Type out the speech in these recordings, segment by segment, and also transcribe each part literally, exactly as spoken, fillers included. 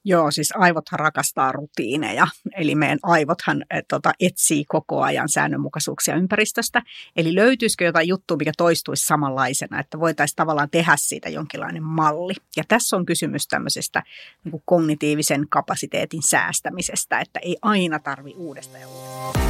Joo, siis aivothan rakastaa rutiineja, eli meidän aivothan et, tota, etsii koko ajan säännönmukaisuuksia ympäristöstä. Eli löytyisikö jotain juttua, mikä toistuisi samanlaisena, että voitaisiin tavallaan tehdä siitä jonkinlainen malli. Ja tässä on kysymys tämmöisestä niin kuin kognitiivisen kapasiteetin säästämisestä, että ei aina tarvitse uudestaan ja uudestaan.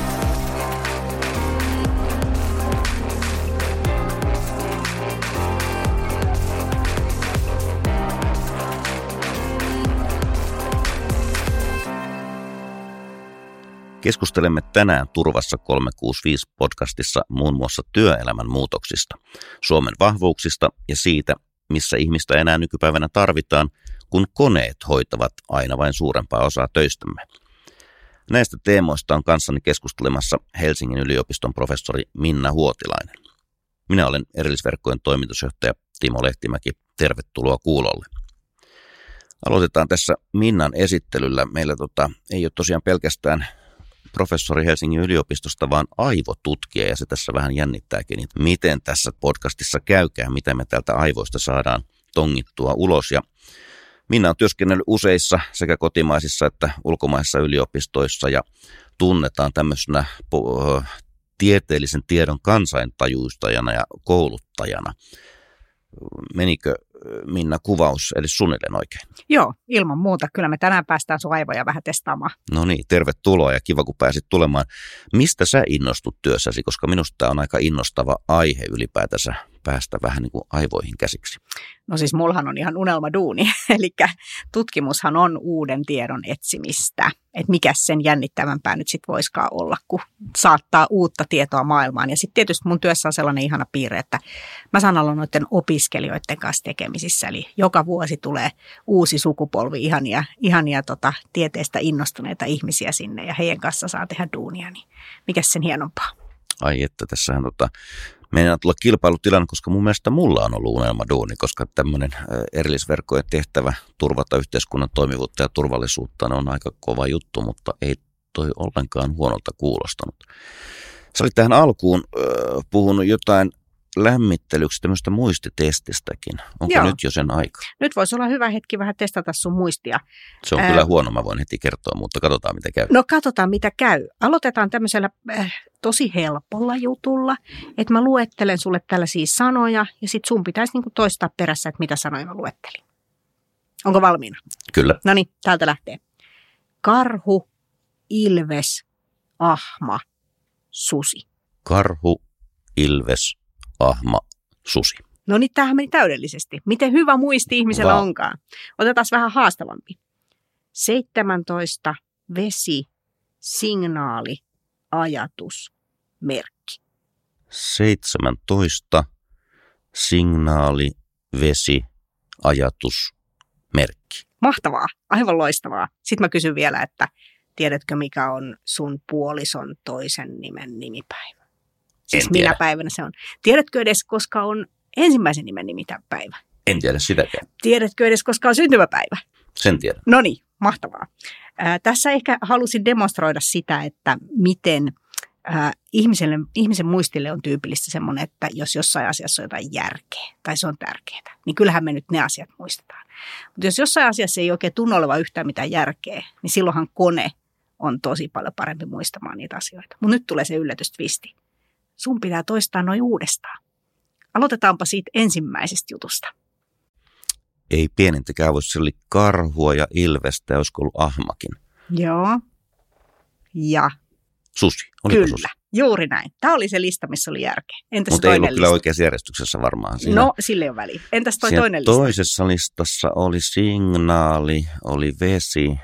Keskustelemme tänään Turvassa kolmesataakuusikymmentäviisi podcastissa muun muassa työelämän muutoksista, Suomen vahvuuksista ja siitä, missä ihmistä enää nykypäivänä tarvitaan, kun koneet hoitavat aina vain suurempaa osaa töistämme. Näistä teemoista on kanssani keskustelemassa Helsingin yliopiston professori Minna Huotilainen. Minä olen Erillisverkkojen toimitusjohtaja Timo Lehtimäki. Tervetuloa kuulolle. Aloitetaan tässä Minnan esittelyllä. Meillä tota, ei ole tosiaan pelkästään professori Helsingin yliopistosta, vaan aivotutkija, ja se tässä vähän jännittääkin, että miten tässä podcastissa käykään, mitä me täältä aivoista saadaan tongittua ulos. Ja Minna on työskennellyt useissa sekä kotimaisissa että ulkomaisissa yliopistoissa ja tunnetaan tämmöisenä tieteellisen tiedon kansaintajuistajana ja kouluttajana. Menikö Minna kuvaus eli suunnilleen oikein? Joo, ilman muuta. Kyllä me tänään päästään sun aivoja vähän testaamaan. No niin, tervetuloa ja kiva kun pääsit tulemaan. Mistä sä innostut työssäsi, koska minusta tämä on aika innostava aihe ylipäätänsä päästä vähän niin kuin aivoihin käsiksi. No siis mullahan on ihan unelmaduuni, eli tutkimushan on uuden tiedon etsimistä. Että mikä sen jännittävämpää nyt sitten voisikaan olla, kun saattaa uutta tietoa maailmaan. Ja sitten tietysti mun työssä on sellainen ihana piirre, että mä saan olla noiden opiskelijoiden kanssa tekemisissä. Eli joka vuosi tulee uusi sukupolvi ihania, ihania tota, tieteestä innostuneita ihmisiä sinne ja heidän kanssa saa tehdä duunia. Niin mikäs sen hienompaa? Ai että tässähän tota... Meidän on tulla kilpailutilanne, koska mun mielestä mulla on ollut unelmaduuni, koska tämmöinen erillisverkkojen tehtävä turvata yhteiskunnan toimivuutta ja turvallisuutta on aika kova juttu, mutta ei toi ollenkaan huonolta kuulostanut. Sä olit tähän alkuun äh, puhunut jotain lämmittelyksi tämmöistä muistitestistäkin. Onko Joo. nyt jo sen aika? Nyt voisi olla hyvä hetki vähän testata sun muistia. Se on Ää... kyllä huono, mä voin heti kertoa, mutta katsotaan mitä käy. No katsotaan mitä käy. Aloitetaan tämmöisellä äh, tosi helpolla jutulla, että mä luettelen sulle tällaisia sanoja ja sit sun pitäisi niinku toistaa perässä, että mitä sanoja mä luettelin. Onko valmiina? Kyllä. No niin, täältä lähtee. Karhu, ilves, ahma, susi. Karhu, ilves, ahma, susi. No niin, tämähän meni täydellisesti. Miten hyvä muisti ihmisellä Wow. onkaan. Otetaan vähän haastavampi. seitsemäntoista, vesi, signaali, ajatus, merkki. seitsemäntoista, signaali, vesi, ajatus, merkki. Mahtavaa, aivan loistavaa. Sitten mä kysyn vielä, että tiedätkö mikä on sun puolison toisen nimen nimipäivä? Siis En tiedä. minä päivänä se on. Tiedätkö edes, koska on ensimmäisen nimen nimipäivä? En tiedä sitäkään. Tiedätkö edes, koska on syntymäpäivä? Sen tiedän. No niin, mahtavaa. Ää, tässä ehkä halusin demonstroida sitä, että miten ää, ihmiselle, ihmisen muistille on tyypillistä semmoinen, että jos jossain asiassa on jotain järkeä tai se on tärkeää, niin kyllähän me nyt ne asiat muistetaan. Mutta jos jossain asiassa ei oikein tunnu olevan yhtään mitään järkeä, niin silloinhan kone on tosi paljon parempi muistamaan niitä asioita. Mutta nyt tulee se yllätystvisti. Sun pitää toistaa noin uudestaan. Aloitetaanpa siitä ensimmäisestä jutusta. Ei pienintäkään voisi, se oli karhua ja ilvestä ja olisiko ollut ahmakin. Joo. Ja Susi, oliko kyllä, susi? juuri näin. Tämä oli se lista, missä oli järkeä. Entäs Mutta ei toinen ollut kyllä lista? oikeassa järjestyksessä varmaan. Siinä, No, sille ei ole väliä. Entäs toi siinä toinen lista? toisessa listassa oli signaali, oli vesi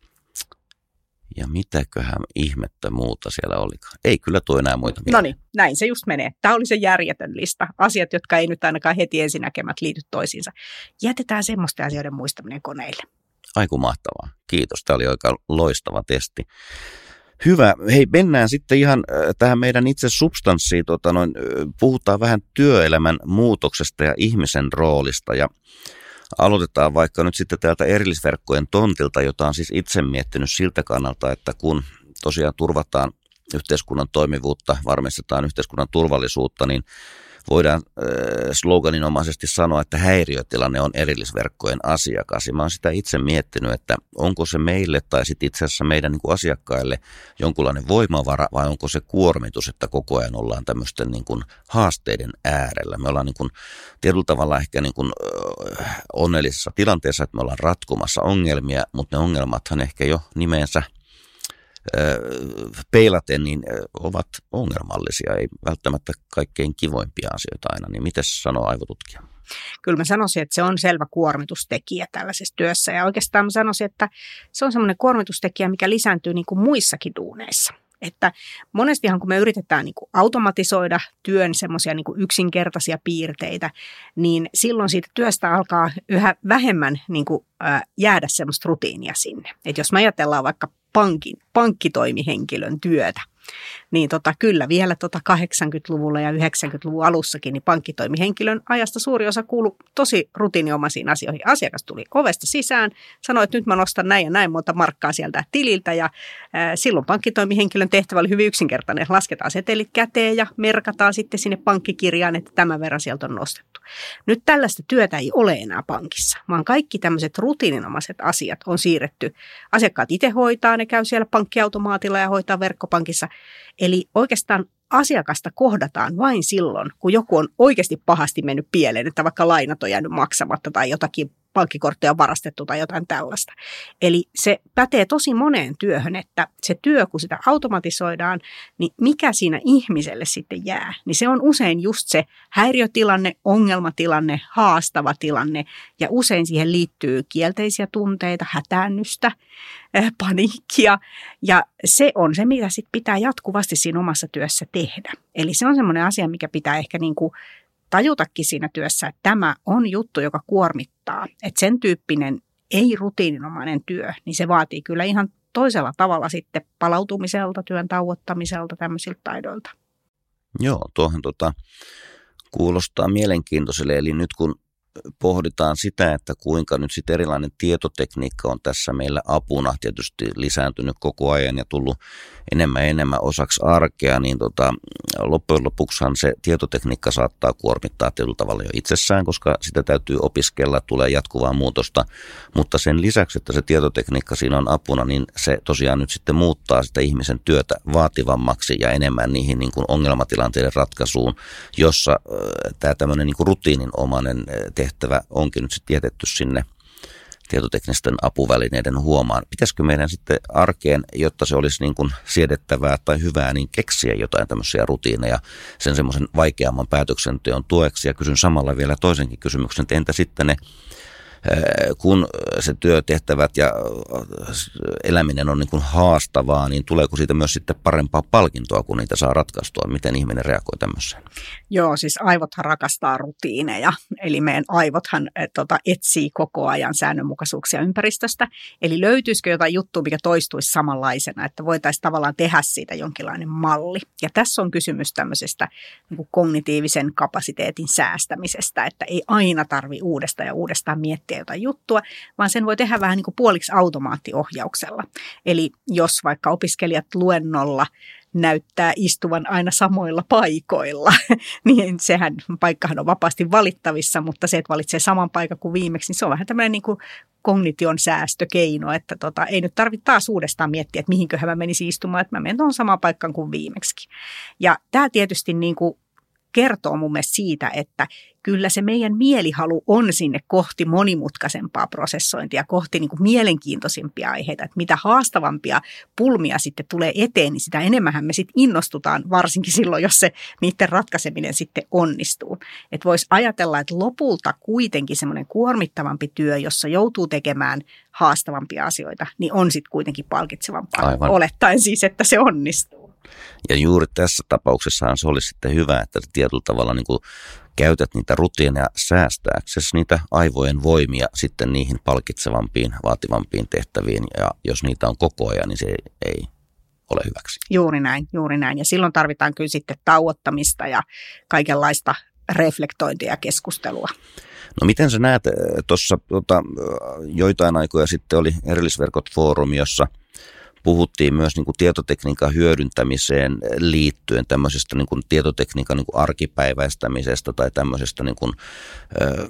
ja mitäköhän ihmettä muuta siellä olikaan. Ei kyllä tuo enää muita. No niin, näin se just menee. Tämä oli se järjetön lista. Asiat, jotka ei nyt ainakaan heti ensinäkemät liity toisiinsa. Jätetään semmoisten asioiden muistaminen koneille. Aiku mahtavaa. Kiitos. Tämä oli oikein loistava testi. Hyvä. Hei, mennään sitten ihan tähän meidän itse substanssiin. Tota noin, puhutaan vähän työelämän muutoksesta ja ihmisen roolista. Ja aloitetaan vaikka nyt sitten täältä erillisverkkojen tontilta, jota on siis itse miettinyt siltä kannalta, että kun tosiaan turvataan yhteiskunnan toimivuutta, varmistetaan yhteiskunnan turvallisuutta, niin voidaan äh, sloganinomaisesti sanoa, että häiriötilanne on erillisverkkojen asiakas. Ja mä oon sitä itse miettinyt, että onko se meille tai sitten itse asiassa meidän niin kuin asiakkaille jonkunlainen voimavara vai onko se kuormitus, että koko ajan ollaan tämmöisten niin kuin haasteiden äärellä. Me ollaan niin kuin tietyllä tavalla ehkä niin kuin äh, onnellisessa tilanteessa, että me ollaan ratkomassa ongelmia, mutta ne ongelmathan ehkä jo nimeensä peilaten niin ovat ongelmallisia, ei välttämättä kaikkein kivoimpia asioita aina. Niin miten sanoo aivotutkija? Kyllä mä sanoisin, että se on selvä kuormitustekijä tällaisessa työssä ja oikeastaan mä sanoisin, että se on semmoinen kuormitustekijä, mikä lisääntyy niin kuin muissakin duuneissa. Että monestihan kun me yritetään niin kuin automatisoida työn semmoisia niin kuin yksinkertaisia piirteitä, niin silloin siitä työstä alkaa yhä vähemmän niin kuin, ää, jäädä semmoista rutiinia sinne. Että jos me ajatellaan vaikka pankin, pankkitoimihenkilön työtä, niin tota, kyllä vielä tota kahdeksankymmentäluvulla ja yhdeksänkymmentäluvun alussakin niin pankkitoimihenkilön ajasta suuri osa kuului tosi rutiininomaisiin asioihin. Asiakas tuli ovesta sisään, sanoi, että nyt mä nostan näin ja näin monta markkaa sieltä tililtä ja ää, silloin pankkitoimihenkilön tehtävä oli hyvin yksinkertainen. Lasketaan setelit käteen ja merkataan sitten sinne pankkikirjaan, että tämän verran sieltä on nostettu. Nyt tällaista työtä ei ole enää pankissa, vaan kaikki tämmöiset rutiininomaiset asiat on siirretty. Asiakkaat itse hoitaa, ne käy siellä pankkiautomaatilla ja hoitaa verkkopankissa. Eli oikeastaan asiakasta kohdataan vain silloin, kun joku on oikeasti pahasti mennyt pieleen, että vaikka lainat on jäänyt maksamatta tai jotakin pankkikortteja on varastettu tai jotain tällaista. Eli se pätee tosi moneen työhön, että se työ, kun sitä automatisoidaan, niin mikä siinä ihmiselle sitten jää, niin se on usein just se häiriötilanne, ongelmatilanne, haastava tilanne ja usein siihen liittyy kielteisiä tunteita, hätäännystä, paniikkia ja se on se, mitä sitten pitää jatkuvasti siinä omassa työssä tehdä. Eli se on semmoinen asia, mikä pitää ehkä niin kuin tajutakin siinä työssä, että tämä on juttu, joka kuormittaa. Että sen tyyppinen ei-rutiininomainen työ, niin se vaatii kyllä ihan toisella tavalla sitten palautumiselta, työn tauottamiselta, tämmöisiltä taidoilta. Joo, tuohon tota, kuulostaa mielenkiintoiselle. Eli nyt kun pohditaan sitä, että kuinka nyt sitten erilainen tietotekniikka on tässä meillä apuna, tietysti lisääntynyt koko ajan ja tullut enemmän ja enemmän osaksi arkea, niin tota, loppujen lopuksihan se tietotekniikka saattaa kuormittaa tietyllä tavalla jo itsessään, koska sitä täytyy opiskella, tulee jatkuvaa muutosta, mutta sen lisäksi, että se tietotekniikka siinä on apuna, niin se tosiaan nyt sitten muuttaa sitä ihmisen työtä vaativammaksi ja enemmän niihin niin kuin ongelmatilanteiden ratkaisuun, jossa äh, tämä tämmöinen niin kuin rutiininomainen tehtävä onkin nyt sitten jätetty sinne tietoteknisten apuvälineiden huomaan. Pitäisikö meidän sitten arkeen, jotta se olisi niin kuin siedettävää tai hyvää, niin keksiä jotain tämmöisiä rutiineja sen semmoisen vaikeamman päätöksenteon tueksi? Ja kysyn samalla vielä toisenkin kysymyksen, että entä sitten ne, kun se työtehtävät ja eläminen on niin kuin haastavaa, niin tuleeko siitä myös sitten parempaa palkintoa, kun niitä saa ratkaistua? Miten ihminen reagoi tämmöiseen? Joo, siis aivothan rakastaa rutiineja. Eli meidän aivothan et, tota, etsii koko ajan säännönmukaisuuksia ympäristöstä. Eli löytyisikö jotain juttua, mikä toistuisi samanlaisena, että voitaisiin tavallaan tehdä siitä jonkinlainen malli. Ja tässä on kysymys tämmöisestä niin kuin kognitiivisen kapasiteetin säästämisestä, että ei aina tarvitse uudestaan ja uudestaan miettiä jotain juttua, vaan sen voi tehdä vähän niin kuin puoliksi automaattiohjauksella. Eli jos vaikka opiskelijat luennolla näyttää istuvan aina samoilla paikoilla, niin sehän paikkahan on vapaasti valittavissa, mutta se, että valitsee saman paikan kuin viimeksi, niin se on vähän tämmöinen niin kuin kognition säästökeino, että tota, ei nyt tarvitse taas uudestaan miettiä, että mihinköhän mä menisin istumaan, että mä menen tuohon samaan paikkaan kuin viimeksi. Ja tämä tietysti niin kuin kertoo mun mielestä siitä, että kyllä se meidän mielihalu on sinne kohti monimutkaisempaa prosessointia, kohti niin kuin mielenkiintoisimpia aiheita. Että mitä haastavampia pulmia sitten tulee eteen, niin sitä enemmän me sitten innostutaan, varsinkin silloin, jos se niiden ratkaiseminen sitten onnistuu. Että voisi ajatella, että lopulta kuitenkin semmoinen kuormittavampi työ, jossa joutuu tekemään haastavampia asioita, niin on sitten kuitenkin palkitsevampaa, aivan, olettaen siis, että se onnistuu. Ja juuri tässä tapauksessahan se olisi sitten hyvä, että tietyllä tavalla niin kuin käytät niitä rutiineja säästääksesi niitä aivojen voimia sitten niihin palkitsevampiin, vaativampiin tehtäviin. Ja jos niitä on koko ajan, niin se ei, ei ole hyväksi. Juuri näin, juuri näin. Ja silloin tarvitaan kyllä sitten tauottamista ja kaikenlaista reflektointia ja keskustelua. No miten sä näet, tuossa tota, joitain aikoja sitten oli Erillisverkot-foorumi, jossa puhuttiin myös niin kuin tietotekniikan hyödyntämiseen liittyen tämmöisestä niin kuin tietotekniikan niin kuin arkipäiväistämisestä tai tämmöisestä niin kuin, ö,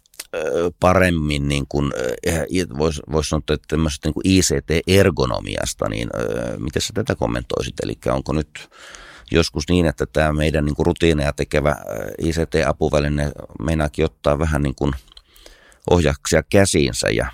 paremmin, niin kuin, voisi vois sanoa, että tämmöisestä niin kuin I C T-ergonomiasta, niin miten sä tätä kommentoisit? Eli onko nyt joskus niin, että tämä meidän niin kuin rutiineja tekevä I C T-apuväline meinaakin ottaa vähän niin kuin ohjaksia käsiinsä ja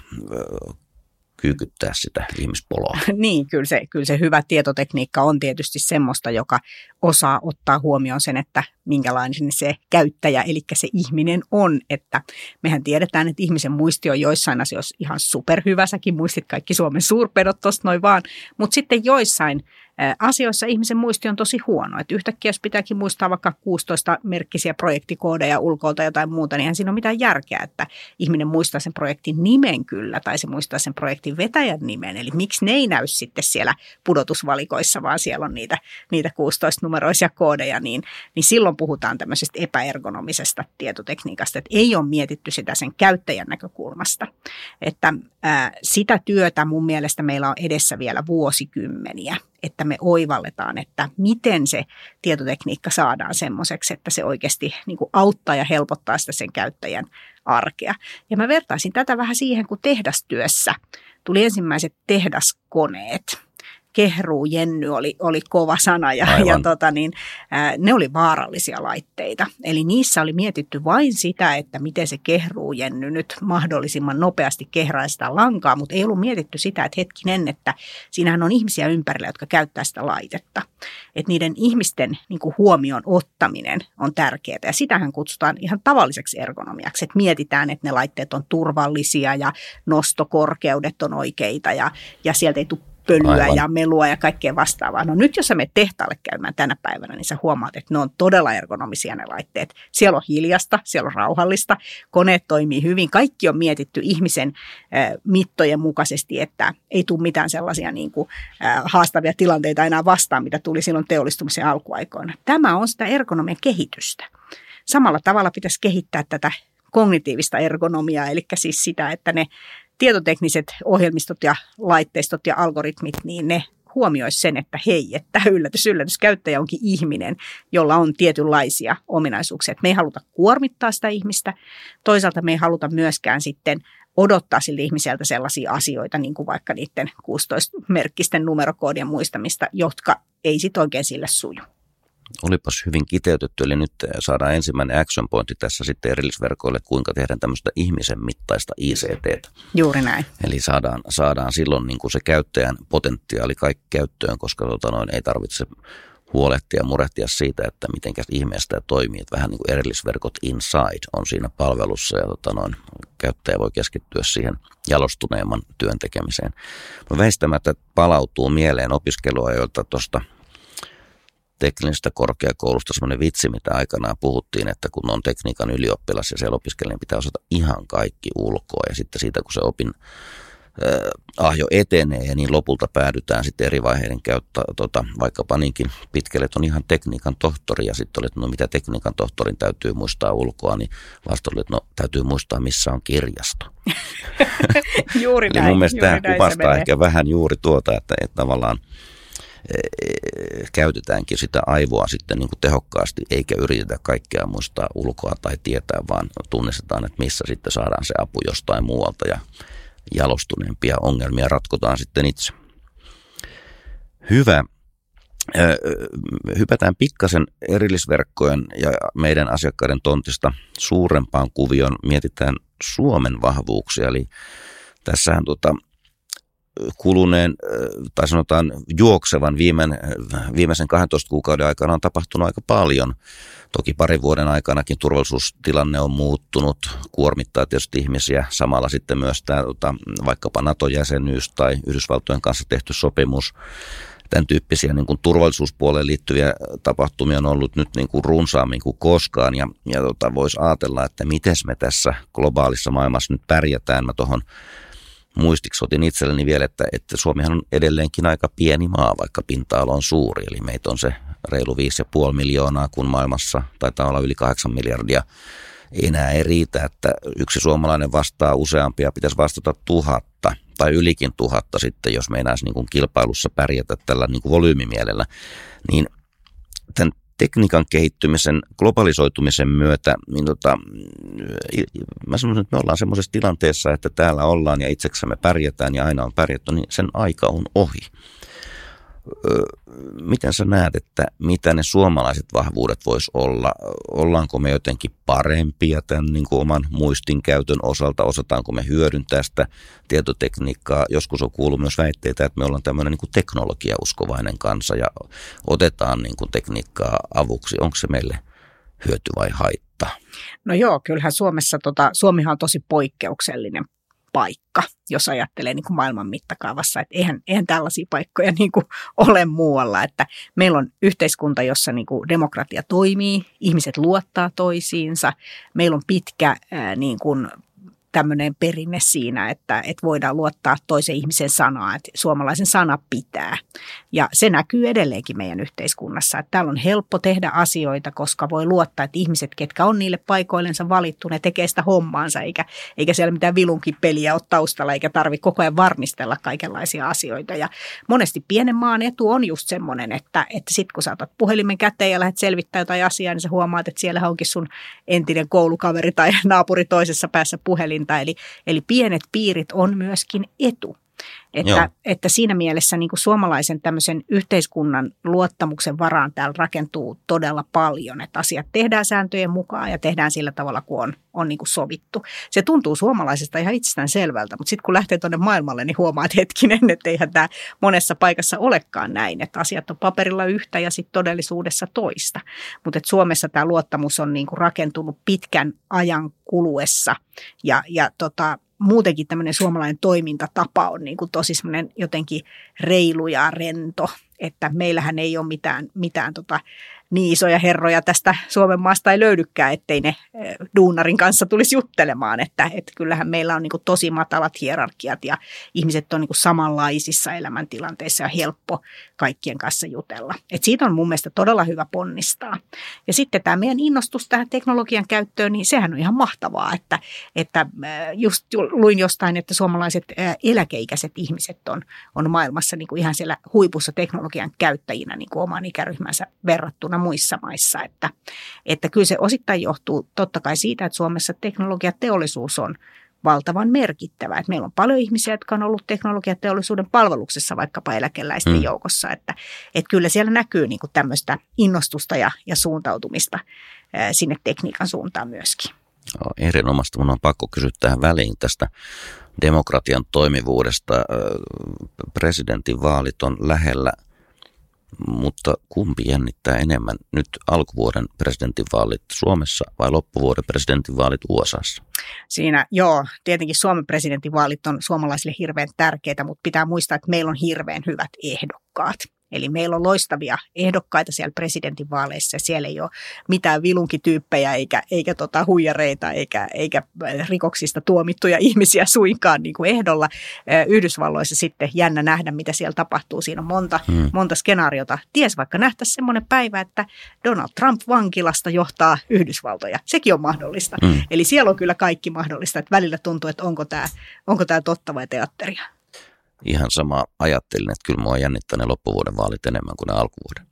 kyykyttää sitä ihmispoloa. Niin, kyllä se, kyllä se hyvä tietotekniikka on tietysti semmoista, joka osaa ottaa huomioon sen, että minkälainen se käyttäjä, eli se ihminen on. Että mehän tiedetään, että ihmisen muisti on joissain asioissa ihan superhyvä. Säkin muistit kaikki Suomen suurpedot tuosta noin vaan, mutta sitten joissain asioissa ihmisen muisti on tosi huono. Että yhtäkkiä jos pitääkin muistaa vaikka kuusitoista merkkisiä projektikoodeja ulkoilta jotain muuta, niin eihän siinä ole mitään järkeä, että ihminen muistaa sen projektin nimen kyllä, tai se muistaa sen projektin vetäjän nimen. Eli miksi ne ei näy sitten siellä pudotusvalikoissa, vaan siellä on niitä, niitä kuusitoista-numeroisia koodeja, niin, niin silloin puhutaan tämmöisestä epäergonomisesta tietotekniikasta, että ei ole mietitty sitä sen käyttäjän näkökulmasta. Että ää, sitä työtä mun mielestä meillä on edessä vielä vuosikymmeniä, että me oivalletaan, että miten se tietotekniikka saadaan semmoiseksi, että se oikeasti niin kuin auttaa ja helpottaa sitä sen käyttäjän arkea. Ja mä vertaisin tätä vähän siihen, kun tehdastyössä tuli ensimmäiset tehdaskoneet. Kehruujenny oli, oli kova sana ja, ja tota niin, ää, ne oli vaarallisia laitteita. Eli niissä oli mietitty vain sitä, että miten se kehruujenny nyt mahdollisimman nopeasti kehraa sitä lankaa, mutta ei ollut mietitty sitä, että hetkinen, että siinähän on ihmisiä ympärillä, jotka käyttää sitä laitetta. Että niiden ihmisten niin kuin huomioon ottaminen on tärkeää ja sitähän kutsutaan ihan tavalliseksi ergonomiaksi, että mietitään, että ne laitteet on turvallisia ja nostokorkeudet on oikeita ja, ja sieltä ei tule pölyä Aivan. ja melua ja kaikkea vastaavaa. No nyt jos sä menet tehtaalle käymään tänä päivänä, niin sä huomaat, että ne on todella ergonomisia ne laitteet. Siellä on hiljasta, siellä on rauhallista, koneet toimii hyvin. Kaikki on mietitty ihmisen äh, mittojen mukaisesti, että ei tule mitään sellaisia niin kuin, äh, haastavia tilanteita enää vastaan, mitä tuli silloin teollistumisen alkuaikoina. Tämä on sitä ergonomian kehitystä. Samalla tavalla pitäisi kehittää tätä kognitiivista ergonomiaa, eli siis sitä, että ne tietotekniset ohjelmistot ja laitteistot ja algoritmit, niin ne huomioisi sen, että hei, että yllätys, yllätys, käyttäjä onkin ihminen, jolla on tietynlaisia ominaisuuksia. Että me ei haluta kuormittaa sitä ihmistä. Toisaalta me ei haluta myöskään sitten odottaa siltä ihmiseltä sellaisia asioita, niin kuin vaikka niiden kuusitoista-merkkisten numerokoodien muistamista, jotka ei sitten oikein sille suju. Olipas hyvin kiteytetty, eli nyt saadaan ensimmäinen action pointti tässä sitten erillisverkoille, kuinka tehdään tämmöistä ihmisen mittaista I C T:tä. Juuri näin. Eli saadaan, saadaan silloin niin kuin se käyttäjän potentiaali kaikki käyttöön, koska tota noin, ei tarvitse huolehtia ja murehtia siitä, että miten ihmeestä toimii. Että vähän niin kuin erillisverkot inside on siinä palvelussa ja tota noin, käyttäjä voi keskittyä siihen jalostuneemman työn tekemiseen. No väistämättä palautuu mieleen opiskeluajoilta tuosta teknisestä korkeakoulusta semmoinen vitsi, mitä aikanaan puhuttiin, että kun on tekniikan ylioppilas ja siellä opiskelee, niin pitää osata ihan kaikki ulkoa. Ja sitten siitä, kun se opin äh, ahjo etenee, niin lopulta päädytään sitten eri vaiheiden käyttä, tota, vaikkapa niinkin pitkälle, että on ihan tekniikan tohtori. Ja sitten olet, no mitä tekniikan tohtorin täytyy muistaa ulkoa, niin vasta olet, no täytyy muistaa, missä on kirjasto. Juuri näin. Eli mun mielestä tämä kuvastaa ehkä vähän juuri tuota, että, että tavallaan käytetäänkin sitä aivoa sitten niin kuin tehokkaasti, eikä yritetä kaikkea muistaa ulkoa tai tietää, vaan tunnistetaan, että missä sitten saadaan se apu jostain muualta ja jalostuneempia ongelmia ratkotaan sitten itse. Hyvä. Hypätään pikkasen erillisverkkojen ja meidän asiakkaiden tontista suurempaan kuvioon. Mietitään Suomen vahvuuksia, eli tässähän tuota kuluneen, tai sanotaan juoksevan viimein, viimeisen kahdentoista kuukauden aikana on tapahtunut aika paljon. Toki parin vuoden aikanakin turvallisuustilanne on muuttunut, kuormittaa tietysti ihmisiä. Samalla sitten myös tämä vaikkapa NATO-jäsenyys tai Yhdysvaltojen kanssa tehty sopimus. Tämän tyyppisiä niin kuin turvallisuuspuoleen liittyviä tapahtumia on ollut nyt niin kuin runsaammin kuin koskaan. Ja, ja tota, voisi ajatella, että miten me tässä globaalissa maailmassa nyt pärjätään. Mä tuohon muistiksi otin itselleni vielä, että, että Suomihan on edelleenkin aika pieni maa, vaikka pinta-ala on suuri. Eli meitä on se reilu viisi ja puoli miljoonaa, kun maailmassa taitaa olla yli kahdeksan miljardia enää ei riitä, että yksi suomalainen vastaa useampia, pitäisi vastata tuhatta tai ylikin tuhatta sitten, jos meinaisi niin kuin kilpailussa pärjätä tällä niin kuin volyymimielellä, niin tämän tekniikan kehittymisen, globalisoitumisen myötä, niin tota, mä sanoisin, että me ollaan semmoisessa tilanteessa, että täällä ollaan ja itseksemme pärjätään ja aina on pärjätty, niin sen aika on ohi. Öö, miten sä näet, että mitä ne suomalaiset vahvuudet vois olla? Ollaanko me jotenkin parempia tämän niin kuin oman muistin käytön osalta? Osataanko me hyödyntää sitä tietotekniikkaa? Joskus on kuullut myös väitteitä, että me ollaan tämmöinen niin kuin teknologiauskovainen kansa ja otetaan niin kuin tekniikkaa avuksi. Onko se meille hyöty vai haitta? No joo, kyllähän Suomessa, tota, Suomihan on tosi poikkeuksellinen paikka, jos ajattelee niin kuin maailman mittakaavassa, että eihän, eihän tällaisia paikkoja niin kuin ole muualla, että meillä on yhteiskunta, jossa niin kuin demokratia toimii, ihmiset luottaa toisiinsa, meillä on pitkä ää, niin kuin tämmöinen perinne siinä, että, että voidaan luottaa toisen ihmisen sanaa, että suomalaisen sana pitää. Ja se näkyy edelleenkin meidän yhteiskunnassa, että täällä on helppo tehdä asioita, koska voi luottaa, että ihmiset, ketkä on niille paikoillensa valittu, ne tekee sitä hommaansa, eikä, eikä siellä mitään vilunkin peliä ole taustalla, eikä tarvitse koko ajan varmistella kaikenlaisia asioita. Ja monesti pienen maan etu on just semmoinen, että, että sit kun sä otat puhelimen käteen ja lähdet selvittämään jotain asiaa, niin sä huomaat, että siellä onkin sun entinen koulukaveri tai naapuri toisessa päässä puhelin. Eli, eli pienet piirit on myöskin etu. Että, että siinä mielessä niin kuin suomalaisen tämmöisen yhteiskunnan luottamuksen varaan täällä rakentuu todella paljon, että asiat tehdään sääntöjen mukaan ja tehdään sillä tavalla, kun on, on niin kuin sovittu. Se tuntuu suomalaisesta ihan itsestään selvältä, mutta sitten kun lähtee tuonne maailmalle, niin huomaa, että hetkinen, että eihän tämä monessa paikassa olekaan näin, että asiat on paperilla yhtä ja sitten todellisuudessa toista. Mutta Suomessa tämä luottamus on niin kuin rakentunut pitkän ajan kuluessa ja, ja tota, muutenkin tämmöinen suomalainen toimintatapa on niin kuin tosi semmoinen jotenkin reilu ja rento, että meillähän ei ole mitään, mitään tota, niin isoja herroja tästä Suomen maasta ei löydykään, ettei ne duunarin kanssa tulisi juttelemaan, että, että kyllähän meillä on niin kuin tosi matalat hierarkiat ja ihmiset on niin kuin samanlaisissa elämäntilanteissa ja helppo kaikkien kanssa jutella. Et siitä on mun mielestä todella hyvä ponnistaa. Ja sitten tämä meidän innostus tähän teknologian käyttöön, niin sehän on ihan mahtavaa, että, että just luin jostain, että suomalaiset eläkeikäiset ihmiset on, on maailmassa niin kuin ihan siellä huipussa teknologian käyttäjinä niin kuin oman ikäryhmänsä verrattuna muissa maissa, että, että kyllä se osittain johtuu totta kai siitä, että Suomessa teknologiateollisuus on valtavan merkittävä. Että meillä on paljon ihmisiä, jotka on ollut teknologiateollisuuden palveluksessa vaikkapa eläkeläisten mm. joukossa, että, että kyllä siellä näkyy niin kuin tämmöistä innostusta ja, ja suuntautumista ää, sinne tekniikan suuntaan myöskin. No, erinomaista. Minun on pakko kysyä tähän väliin tästä demokratian toimivuudesta. Presidentinvaalit on lähellä. Mutta kumpi jännittää enemmän nyt alkuvuoden presidentinvaalit Suomessa vai loppuvuoden presidentinvaalit U S A:ssa? Siinä joo, tietenkin Suomen presidentinvaalit on suomalaisille hirveän tärkeitä, mutta pitää muistaa, että meillä on hirveän hyvät ehdokkaat. Eli meillä on loistavia ehdokkaita siellä presidentinvaaleissa. Siellä ei ole mitään vilunkityyppejä eikä, eikä tota huijareita eikä, eikä rikoksista tuomittuja ihmisiä suinkaan niin kuin ehdolla. Yhdysvalloissa sitten jännä nähdä, mitä siellä tapahtuu. Siinä on monta, hmm. monta skenaariota. Ties vaikka nähtäisiin semmoinen päivä, että Donald Trump vankilasta johtaa Yhdysvaltoja. Sekin on mahdollista. Hmm. Eli siellä on kyllä kaikki mahdollista. Että välillä tuntuu, että onko tämä, onko tämä totta vai teatteria. Ihan sama ajattelin, että kyllä mua jännittää ne loppuvuoden vaalit enemmän kuin ne alkuvuoden.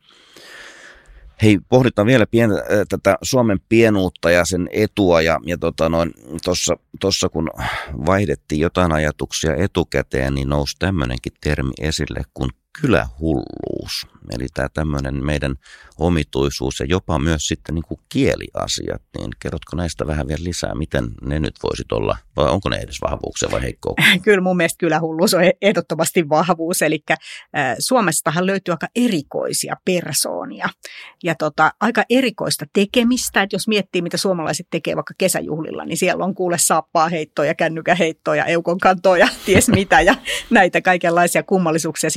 Hei, pohditaan vielä pientä, äh, tätä Suomen pienuutta ja sen etua. Ja, ja tota noin, tossa, tossa kun vaihdettiin jotain ajatuksia etukäteen, niin nousi tämmöinenkin termi esille kuin kylähulluus. Eli tämä tämmöinen meidän omituisuus ja jopa myös sitten niin kuin kieliasiat. Niin kerrotko näistä vähän vielä lisää, miten ne nyt voisit olla, vai onko ne edes vahvuuksia vai heikkouksia? Kyllä mun mielestä kylähulluus on ehdottomasti vahvuus. Eli äh, Suomestahan löytyy aika erikoisia persoonia ja tota, aika erikoista tekemistä. Että jos miettii, mitä suomalaiset tekee vaikka kesäjuhlilla, niin siellä on kuule saappaa heittoja, kännykäheittoja, eukon kantoja, ties mitä ja näitä kaikenlaisia kummallisuuksia. Sitten uutis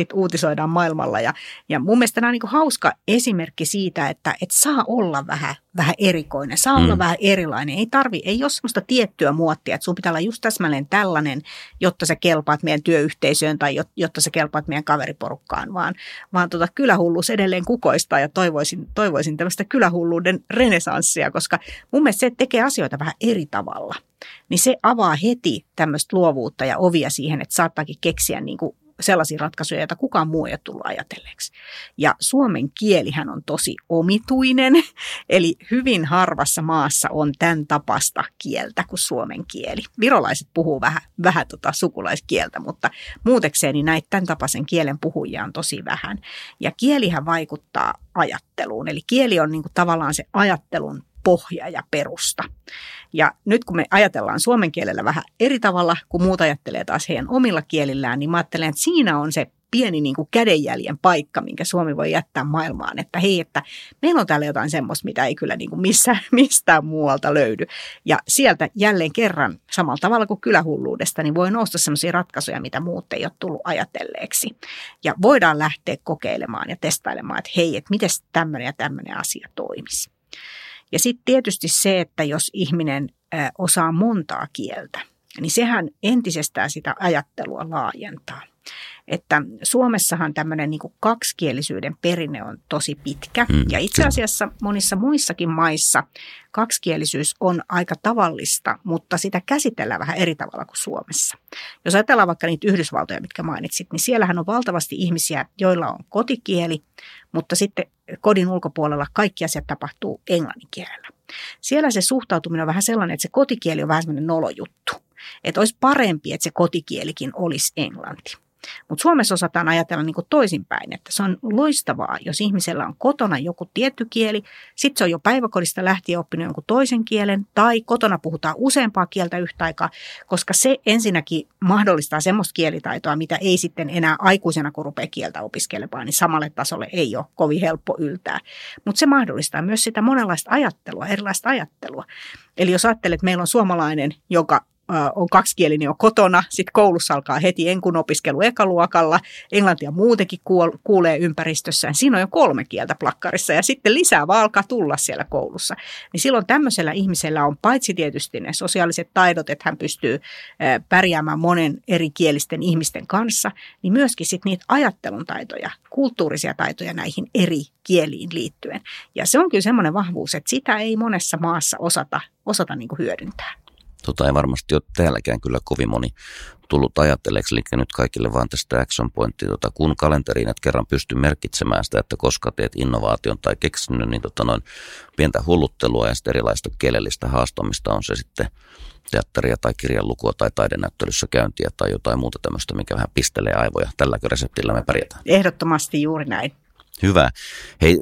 uutisoidaan maailmalla. Ja, ja mun mielestä tämä on niin kuin hauska esimerkki siitä, että, että saa olla vähän, vähän erikoinen, saa mm. olla vähän erilainen. Ei tarvi, ei ole semmoista tiettyä muottia, että sun pitää olla just täsmälleen tällainen, jotta sä kelpaat meidän työyhteisöön tai jotta sä kelpaat meidän kaveriporukkaan, vaan, vaan tota, kylähulluus edelleen kukoistaa ja toivoisin, toivoisin tämmöistä kylähulluuden renesanssia, koska mun mielestä se tekee asioita vähän eri tavalla. Niin se avaa heti tämmöistä luovuutta ja ovia siihen, että saattaakin keksiä niin kuin sellaisia ratkaisuja, joita kukaan muu ei ole tullut ajatelleeksi. Ja suomen kielihän on tosi omituinen, eli hyvin harvassa maassa on tämän tapasta kieltä kuin suomen kieli. Virolaiset puhuu vähän, vähän tota sukulaiskieltä, mutta muutekseen niin näitä tämän tapaisen kielen puhujia on tosi vähän. Ja kielihän vaikuttaa ajatteluun, eli kieli on niin kuin tavallaan se ajattelun pohja ja perusta. Ja nyt kun me ajatellaan suomen kielellä vähän eri tavalla, kuin muut ajattelee taas heidän omilla kielillään, niin mä ajattelen, että siinä on se pieni niin kuin kädenjäljen paikka, minkä Suomi voi jättää maailmaan. Että hei, että meillä on täällä jotain semmoista, mitä ei kyllä niin kuin missään, mistään muualta löydy. Ja sieltä jälleen kerran, samalla tavalla kuin kylähulluudesta, niin voi nousta semmoisia ratkaisuja, mitä muut ei ole tullut ajatelleeksi. Ja voidaan lähteä kokeilemaan ja testailemaan, että hei, että miten tämmöinen ja tämmöinen asia toimisi. Ja sitten tietysti se, että jos ihminen osaa montaa kieltä, niin sehän entisestään sitä ajattelua laajentaa. Että Suomessahan tämmöinen niin kuin kaksikielisyyden perinne on tosi pitkä mm, ja itse asiassa monissa muissakin maissa kaksikielisyys on aika tavallista, mutta sitä käsitellään vähän eri tavalla kuin Suomessa. Jos ajatellaan vaikka niitä Yhdysvaltoja, mitkä mainitsit, niin siellähän on valtavasti ihmisiä, joilla on kotikieli, mutta sitten kodin ulkopuolella kaikki asiat tapahtuu englannin kielellä. Siellä se suhtautuminen on vähän sellainen, että se kotikieli on vähän sellainen nolojuttu. Että olisi parempi, että se kotikielikin olisi englanti. Mutta Suomessa osataan ajatella niin kuin toisinpäin, että se on loistavaa, jos ihmisellä on kotona joku tietty kieli, sitten se on jo päiväkodista lähtien oppinut jonkun toisen kielen, tai kotona puhutaan useampaa kieltä yhtä aikaa, koska se ensinnäkin mahdollistaa semmoista kielitaitoa, mitä ei sitten enää aikuisena, kun rupeaa kieltä opiskelemaan, niin samalle tasolle ei ole kovin helppo yltää. Mutta se mahdollistaa myös sitä monenlaista ajattelua, erilaista ajattelua. Eli jos ajattelet, että meillä on suomalainen, joka on kaksikielinen jo kotona, sitten koulussa alkaa heti enkun opiskelu ekaluokalla, englantia muutenkin kuulee ympäristössään, siinä on jo kolme kieltä plakkarissa ja sitten lisää vaan alkaa tulla siellä koulussa. Niin silloin tämmöisellä ihmisellä on paitsi tietysti ne sosiaaliset taidot, että hän pystyy pärjäämään monen eri kielisten ihmisten kanssa, niin myöskin sitten niitä ajattelun taitoja, kulttuurisia taitoja näihin eri kieliin liittyen. Ja se on kyllä semmoinen vahvuus, että sitä ei monessa maassa osata, osata niin kuin hyödyntää. Tota ei varmasti ole täälläkään kyllä kovin moni tullut ajatelleeksi, eli nyt kaikille vaan tästä action pointti, tota, kun kalenteriin et kerran pysty merkitsemään sitä, että koska teet innovaation tai keksinnön, niin tota noin pientä hulluttelua ja sitten erilaista kielellistä haastamista on se sitten teatteria tai kirjanlukua tai taidenäyttelyssä käyntiä tai jotain muuta tämmöistä, mikä vähän pistelee aivoja. Tälläkö reseptillä me pärjätään? Ehdottomasti juuri näin. Hyvä. Hei,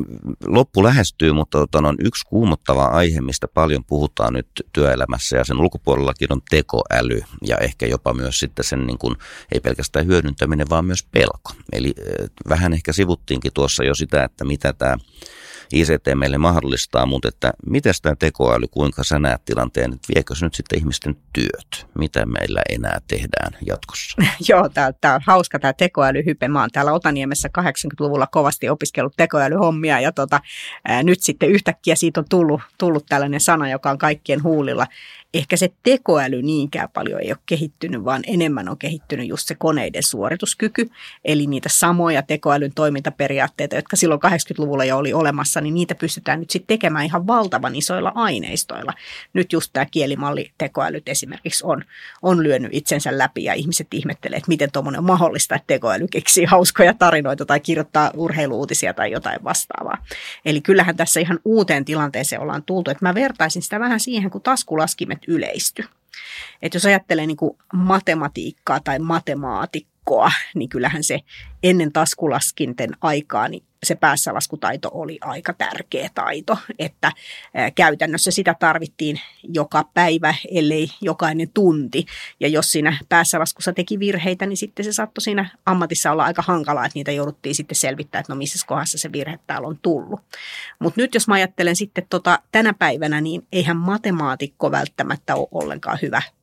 loppu lähestyy, mutta on yksi kuumottava aihe, mistä paljon puhutaan nyt työelämässä ja sen ulkopuolellakin on tekoäly ja ehkä jopa myös sitten sen niin kuin, ei pelkästään hyödyntäminen, vaan myös pelko. Eli vähän ehkä sivuttiinkin tuossa jo sitä, että mitä tämä I C T meille mahdollistaa, mutta että miten tämä tekoäly, kuinka sä näet tilanteen, että viekö se nyt sitten ihmisten työt? Mitä meillä enää tehdään jatkossa? Joo, tämä on hauska tämä tekoälyhype. Mä oon täällä Otaniemessä kahdeksankymmentäluvulla kovasti opiskellut tekoälyhommia ja tota, ää, nyt sitten yhtäkkiä siitä on tullut, tullut tällainen sana, joka on kaikkien huulilla. Ehkä se tekoäly niinkään paljon ei ole kehittynyt, vaan enemmän on kehittynyt just se koneiden suorituskyky. Eli niitä samoja tekoälyn toimintaperiaatteita, jotka silloin kahdeksankymmentäluvulla jo oli olemassa, niin niitä pystytään nyt sitten tekemään ihan valtavan isoilla aineistoilla. Nyt just tämä kielimalli-tekoälyt esimerkiksi on, on lyönyt itsensä läpi ja ihmiset ihmettelee, että miten tuommoinen on mahdollista, että tekoäly keksii hauskoja tarinoita tai kirjoittaa urheiluutisia tai jotain vastaavaa. Eli kyllähän tässä ihan uuteen tilanteeseen ollaan tultu. Että mä vertaisin sitä vähän siihen, kun taskulaskimet yleisty. Että jos ajattelee niin kuin matematiikkaa tai matemaatikkoa, niin kyllähän se ennen taskulaskinten aikaa, niin se päässälaskutaito oli aika tärkeä taito, että käytännössä sitä tarvittiin joka päivä, ellei jokainen tunti. Ja jos siinä päässälaskussa teki virheitä, niin sitten se saattoi siinä ammatissa olla aika hankalaa, että niitä jouduttiin sitten selvittämään, että no missä kohdassa se virhe täällä on tullut. Mutta nyt jos mä ajattelen sitten tota, tänä päivänä, niin eihän matemaatikko välttämättä ole ollenkaan hyvä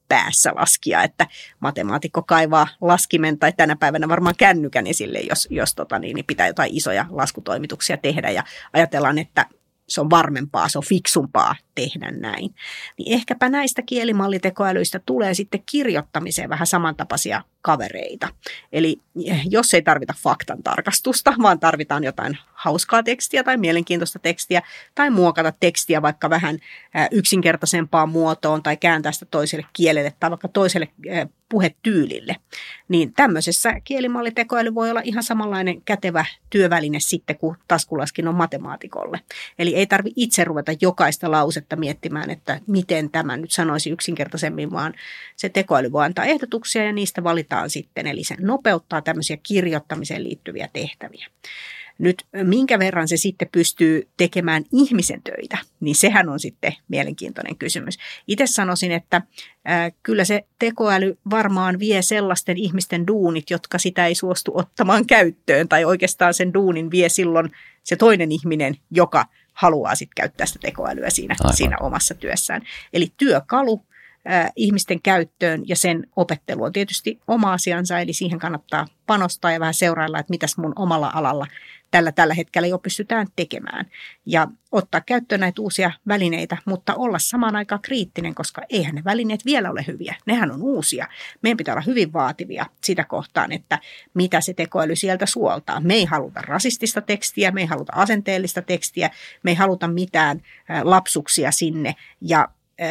päässä laskea, että matemaatikko kaivaa laskimen tai tänä päivänä varmaan kännykän esille, jos, jos tota, niin, niin pitää jotain isoja laskutoimituksia tehdä ja ajatellaan, että se on varmempaa, se on fiksumpaa tehdä näin. Niin ehkäpä näistä kielimallitekoälyistä tulee sitten kirjoittamiseen vähän samantapaisia kavereita. Eli jos ei tarvita faktan tarkastusta, vaan tarvitaan jotain hauskaa tekstiä tai mielenkiintoista tekstiä tai muokata tekstiä vaikka vähän yksinkertaisempaan muotoon tai kääntää sitä toiselle kielelle tai vaikka toiselle puhetyylille, niin tämmöisessä kielimallitekoäly voi olla ihan samanlainen kätevä työväline sitten kuin taskulaskin on matemaatikolle. Eli ei tarvitse itse ruveta jokaista lausetta miettimään, että miten tämä nyt sanoisi yksinkertaisemmin, vaan se tekoäly voi antaa ehdotuksia ja niistä valitaan sitten. Eli se nopeuttaa tämmöisiä kirjoittamiseen liittyviä tehtäviä. Nyt minkä verran se sitten pystyy tekemään ihmisen töitä, niin sehän on sitten mielenkiintoinen kysymys. Itse sanoisin, että äh, kyllä se tekoäly varmaan vie sellaisten ihmisten duunit, jotka sitä ei suostu ottamaan käyttöön. Tai oikeastaan sen duunin vie silloin se toinen ihminen, joka haluaa sitten käyttää sitä tekoälyä siinä, siinä omassa työssään. Eli työkalu äh, ihmisten käyttöön ja sen opettelu on tietysti oma asiansa, eli siihen kannattaa panostaa ja vähän seurailla, että mitäs mun omalla alalla tällä tällä hetkellä jo pystytään tekemään ja ottaa käyttöön näitä uusia välineitä, mutta olla samaan aikaan kriittinen, koska eihän ne välineet vielä ole hyviä. Nehän on uusia. Meidän pitää olla hyvin vaativia sitä kohtaan, että mitä se tekoäly sieltä suoltaa. Me ei haluta rasistista tekstiä, me ei haluta asenteellista tekstiä, me ei haluta mitään lapsuksia sinne ja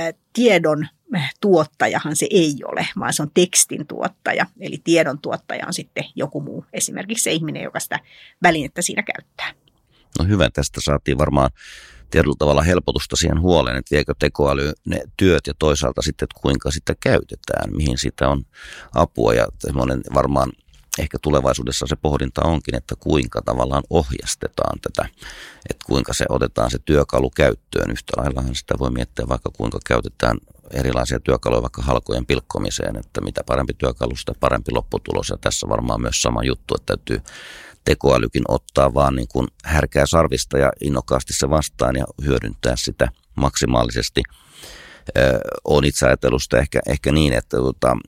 tiedon tuottajahan se ei ole, vaan se on tekstin tuottaja. Eli tiedon tuottaja on sitten joku muu, esimerkiksi se ihminen, joka sitä välinettä siinä käyttää. No hyvä, tästä saatiin varmaan tietyllä tavalla helpotusta siihen huoleen, että viekö tekoäly ne työt ja toisaalta sitten, että kuinka sitä käytetään, mihin sitä on apua ja varmaan ehkä tulevaisuudessa se pohdinta onkin, että kuinka tavallaan ohjastetaan tätä, että kuinka se otetaan se työkalu käyttöön. Yhtä laillahan sitä voi miettiä vaikka kuinka käytetään erilaisia työkaluja vaikka halkojen pilkkomiseen, että mitä parempi työkalu, sitä parempi lopputulos. Ja tässä varmaan myös sama juttu, että täytyy tekoälykin ottaa vaan niin kuin härkää sarvista ja innokkaasti se vastaan ja hyödyntää sitä maksimaalisesti. Öö, olen itse ajatellut sitä ehkä, ehkä niin, että tota,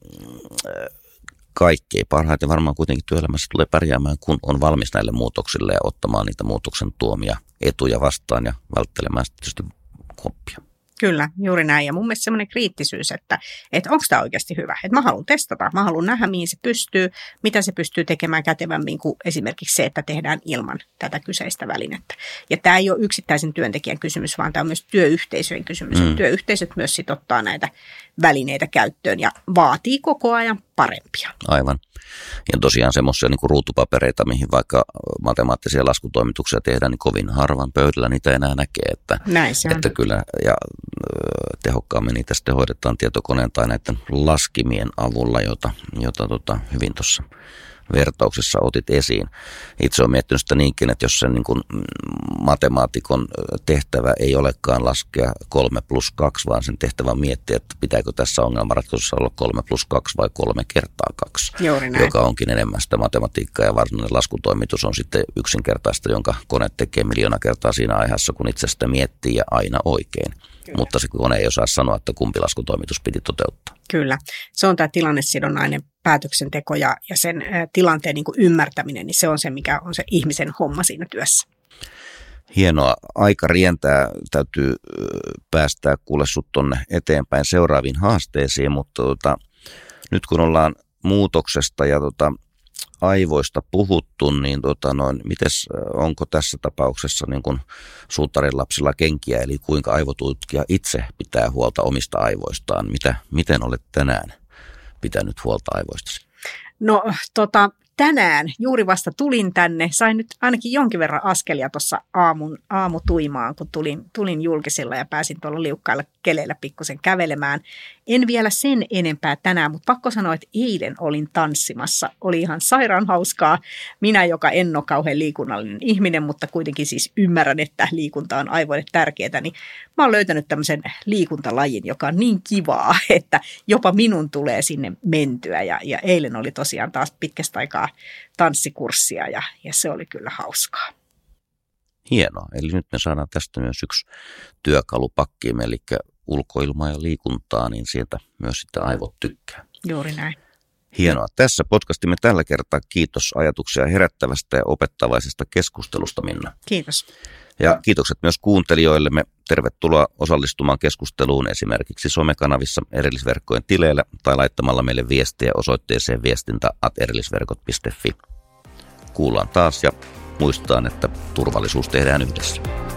kaikkein parhaiten varmaan kuitenkin työelämässä tulee pärjäämään, kun on valmis näille muutoksille ja ottamaan niitä muutoksen tuomia etuja vastaan ja välttelemään tietysti koppia. Kyllä, juuri näin. Ja mun mielestä semmoinen kriittisyys, että, että onko tämä oikeasti hyvä. Että mä haluan testata, mä haluan nähdä, mihin se pystyy, mitä se pystyy tekemään kätevämmin kuin esimerkiksi se, että tehdään ilman tätä kyseistä välinettä. Ja tämä ei ole yksittäisen työntekijän kysymys, vaan tämä on myös työyhteisöjen kysymys. Mm. Työyhteisöt myös sit ottaa näitä välineitä käyttöön ja vaatii koko ajan parempia. Aivan. Ja tosiaan semmoisia niin kuin ruutupapereita, mihin vaikka matemaattisia laskutoimituksia tehdään, niin kovin harvan pöydällä niitä enää näkee. Että, Näin se on. Että kyllä, ja tehokkaammin niitä sitten hoidetaan tietokoneen tai näiden laskimien avulla, jota, jota tota, hyvin tuossa vertauksessa otit esiin. Itse olen miettinyt sitä niinkin, että jos sen niin kuin matemaatikon tehtävä ei olekaan laskea kolme plus kaksi, vaan sen tehtävä on miettiä, että pitääkö tässä ongelmanratkaisussa olla kolme plus kaksi vai kolme kertaa kaksi, joka onkin enemmän sitä matematiikkaa ja varsinainen laskutoimitus on sitten yksinkertaista, jonka kone tekee miljoona kertaa siinä aiheessa, kun itse sitä miettii ja aina oikein. Kyllä. Mutta se kone ei osaa sanoa, että kumpi laskutoimitus piti toteuttaa. Kyllä. Se on tämä tilannesidonnainen päätöksenteko ja, ja sen ä, tilanteen niin kuin ymmärtäminen, niin se on se, mikä on se ihmisen homma siinä työssä. Hienoa. Aika rientää. Täytyy päästää kuule sut tonne eteenpäin seuraaviin haasteisiin, mutta tota, nyt kun ollaan muutoksesta ja tota, aivoista puhuttu, niin tota noin, mites, onko tässä tapauksessa niin kun suutarin lapsilla kenkiä, eli kuinka aivotutkija itse pitää huolta omista aivoistaan? Mitä, miten olet tänään pitänyt huolta aivoistasi? No tota, tänään juuri vasta tulin tänne. Sain nyt ainakin jonkin verran askelia tuossa aamun, aamutuimaan, kun tulin, tulin julkisilla ja pääsin tuolla liukkailla keleillä pikkusen kävelemään. En vielä sen enempää tänään, mutta pakko sanoa, että eilen olin tanssimassa. Oli ihan sairaan hauskaa. Minä, joka en ole kauhean liikunnallinen ihminen, mutta kuitenkin siis ymmärrän, että liikunta on aivoille tärkeää, niin mä oon löytänyt tämmöisen liikuntalajin, joka on niin kivaa, että jopa minun tulee sinne mentyä. Ja, ja eilen oli tosiaan taas pitkästä aikaa tanssikurssia ja, ja se oli kyllä hauskaa. Hienoa. Eli nyt me saadaan tästä myös yksi työkalupakkiimme, eli ulkoilmaa ja liikuntaa, niin sieltä myös sitten aivot tykkää. Juuri näin. Hienoa. Tässä podcastimme tällä kertaa. Kiitos ajatuksia herättävästä ja opettavaisesta keskustelusta, Minna. Kiitos. Ja kiitokset myös kuuntelijoillemme. Tervetuloa osallistumaan keskusteluun esimerkiksi somekanavissa Erillisverkkojen tileillä tai laittamalla meille viestiä osoitteeseen viestintä at erillisverkot piste fi. Kuullaan taas ja muistetaan, että turvallisuus tehdään yhdessä.